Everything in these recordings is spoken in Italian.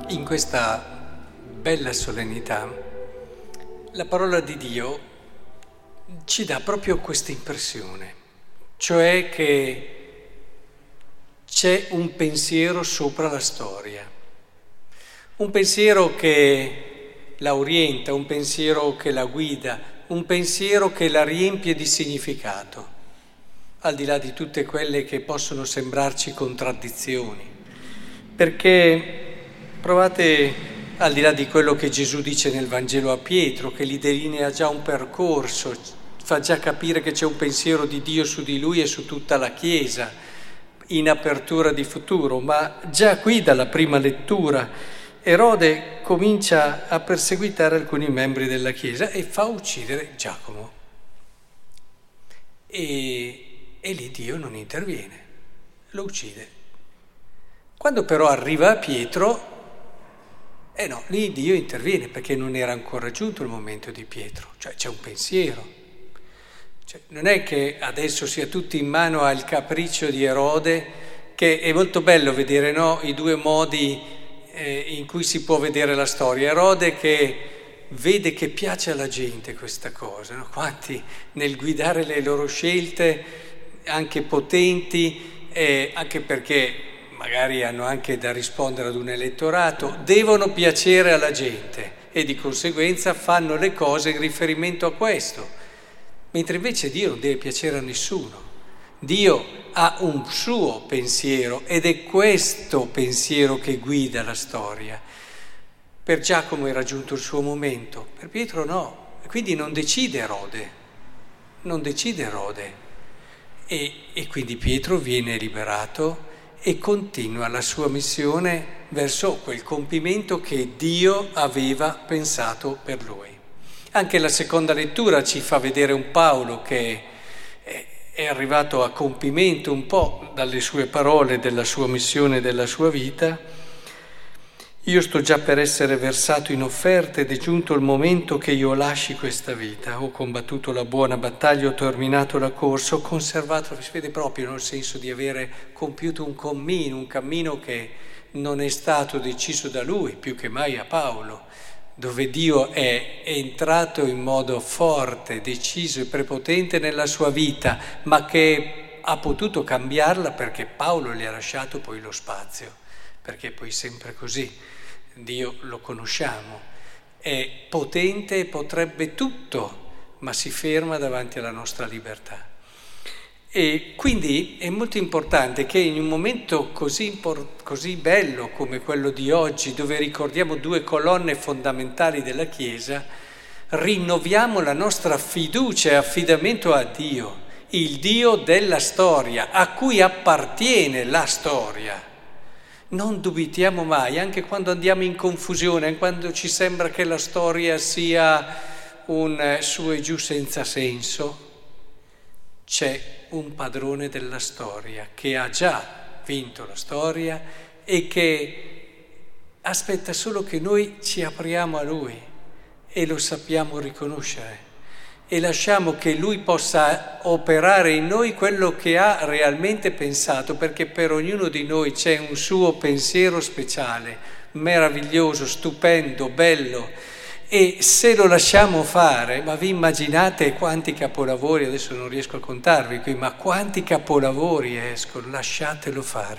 In questa bella solennità, la parola di Dio ci dà proprio questa impressione, cioè che c'è un pensiero sopra la storia, un pensiero che la orienta, un pensiero che la guida, un pensiero che la riempie di significato, al di là di tutte quelle che possono sembrarci contraddizioni, perché provate, al di là di quello che Gesù dice nel Vangelo a Pietro, che gli delinea già un percorso, fa già capire che c'è un pensiero di Dio su di lui e su tutta la Chiesa, in apertura di futuro, ma già qui dalla prima lettura Erode comincia a perseguitare alcuni membri della Chiesa e fa uccidere Giacomo. E lì Dio non interviene, lo uccide. Quando però arriva a Pietro, lì Dio interviene perché non era ancora giunto il momento di Pietro, cioè c'è un pensiero. Cioè, non è che adesso sia tutto in mano al capriccio di Erode, che è molto bello vedere, no, i due modi in cui si può vedere la storia. Erode che vede che piace alla gente questa cosa, no? Quanti nel guidare le loro scelte, anche potenti, anche perché magari hanno anche da rispondere ad un elettorato, devono piacere alla gente e di conseguenza fanno le cose in riferimento a questo, mentre invece Dio non deve piacere a nessuno. Dio ha un suo pensiero ed è questo pensiero che guida la storia. Per Giacomo era giunto il suo momento, per Pietro no, quindi non decide Erode. E quindi Pietro viene liberato e continua la sua missione verso quel compimento che Dio aveva pensato per lui. Anche la seconda lettura ci fa vedere un Paolo che è arrivato a compimento un po' dalle sue parole, della sua missione, della sua vita. Io sto già per essere versato in offerte ed è giunto il momento che io lasci questa vita. Ho combattuto la buona battaglia, ho terminato la corsa, ho conservato, si vede proprio nel senso di avere compiuto un cammino che non è stato deciso da lui, più che mai a Paolo, dove Dio è entrato in modo forte, deciso e prepotente nella sua vita, ma che ha potuto cambiarla perché Paolo gli ha lasciato poi lo spazio, perché poi sempre così. Dio lo conosciamo, è potente e potrebbe tutto, ma si ferma davanti alla nostra libertà. E quindi è molto importante che in un momento così bello come quello di oggi, dove ricordiamo due colonne fondamentali della Chiesa, rinnoviamo la nostra fiducia e affidamento a Dio, il Dio della storia, a cui appartiene la storia. Non dubitiamo mai, anche quando andiamo in confusione, quando ci sembra che la storia sia un su e giù senza senso, c'è un padrone della storia che ha già vinto la storia e che aspetta solo che noi ci apriamo a Lui e lo sappiamo riconoscere e lasciamo che Lui possa operare in noi quello che ha realmente pensato, perché per ognuno di noi c'è un suo pensiero speciale, meraviglioso, stupendo, bello, e se lo lasciamo fare, ma vi immaginate quanti capolavori, adesso non riesco a contarvi qui, ma quanti capolavori escono, lasciatelo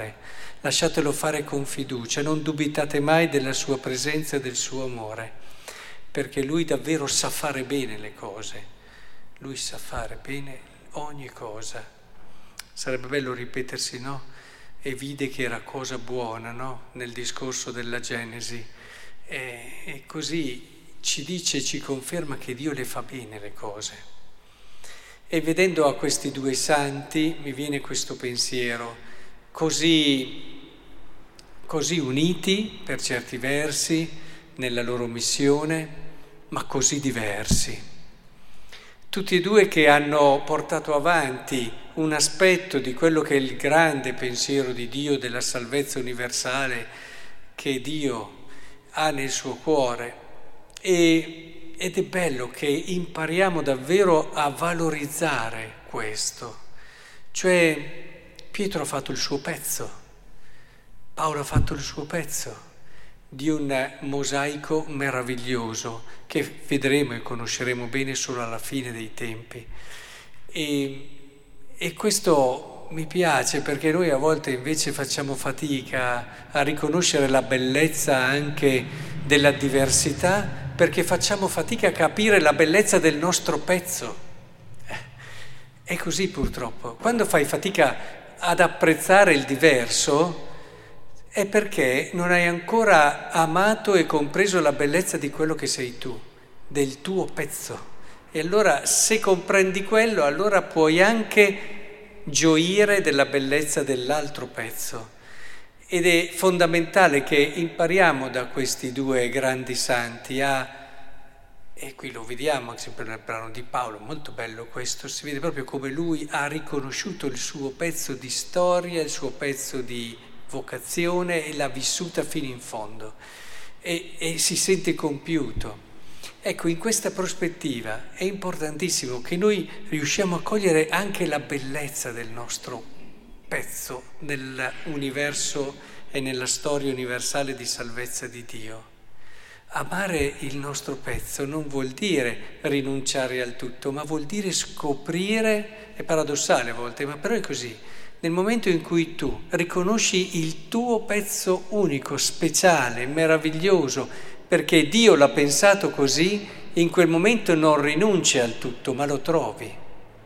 fare con fiducia, non dubitate mai della sua presenza e del suo amore, perché Lui davvero sa fare bene le cose. Lui sa fare bene ogni cosa. Sarebbe bello ripetersi, no? E vide che era cosa buona, no? Nel discorso della Genesi. E così ci dice, ci conferma che Dio le fa bene le cose. E vedendo a questi due santi mi viene questo pensiero, così uniti per certi versi nella loro missione, ma così diversi. Tutti e due che hanno portato avanti un aspetto di quello che è il grande pensiero di Dio, della salvezza universale che Dio ha nel suo cuore. Ed è bello che impariamo davvero a valorizzare questo. Cioè, Pietro ha fatto il suo pezzo, Paolo ha fatto il suo pezzo, di un mosaico meraviglioso che vedremo e conosceremo bene solo alla fine dei tempi. E questo mi piace perché noi a volte invece facciamo fatica a riconoscere la bellezza anche della diversità, perché facciamo fatica a capire la bellezza del nostro pezzo. È così purtroppo. Quando fai fatica ad apprezzare il diverso è perché non hai ancora amato e compreso la bellezza di quello che sei tu, del tuo pezzo. E allora se comprendi quello, allora puoi anche gioire della bellezza dell'altro pezzo. Ed è fondamentale che impariamo da questi due grandi santi e qui lo vediamo sempre nel brano di Paolo, molto bello questo, si vede proprio come lui ha riconosciuto il suo pezzo di storia, il suo pezzo di vocazione e l'ha vissuta fino in fondo e si sente compiuto. Ecco, in questa prospettiva è importantissimo che noi riusciamo a cogliere anche la bellezza del nostro pezzo nell'universo e nella storia universale di salvezza di Dio. Amare il nostro pezzo non vuol dire rinunciare al tutto, ma vuol dire scoprire, è paradossale a volte, ma però è così, nel momento in cui tu riconosci il tuo pezzo unico, speciale, meraviglioso, perché Dio l'ha pensato così, in quel momento non rinunci al tutto, ma lo trovi.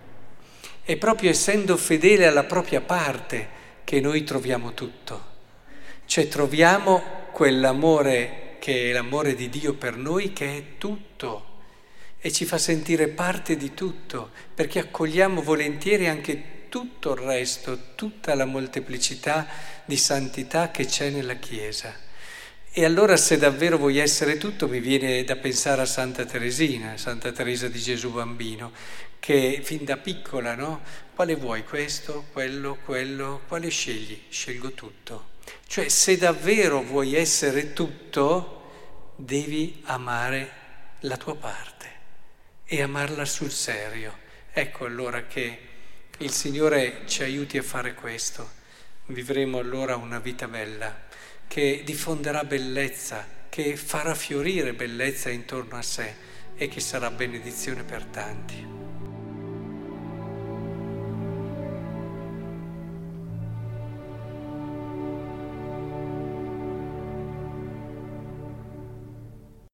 È proprio essendo fedele alla propria parte che noi troviamo tutto, cioè troviamo quell'amore che è l'amore di Dio per noi, che è tutto e ci fa sentire parte di tutto, perché accogliamo volentieri anche tutto il resto, tutta la molteplicità di santità che c'è nella Chiesa. E allora se davvero vuoi essere tutto, mi viene da pensare a Santa Teresina, Santa Teresa di Gesù Bambino, che fin da piccola, no? Quale vuoi? Questo, quello, quale scegli? Scelgo tutto. Cioè, se davvero vuoi essere tutto, devi amare la tua parte e amarla sul serio. Ecco allora che il Signore ci aiuti a fare questo. Vivremo allora una vita bella, che diffonderà bellezza, che farà fiorire bellezza intorno a sé e che sarà benedizione per tanti.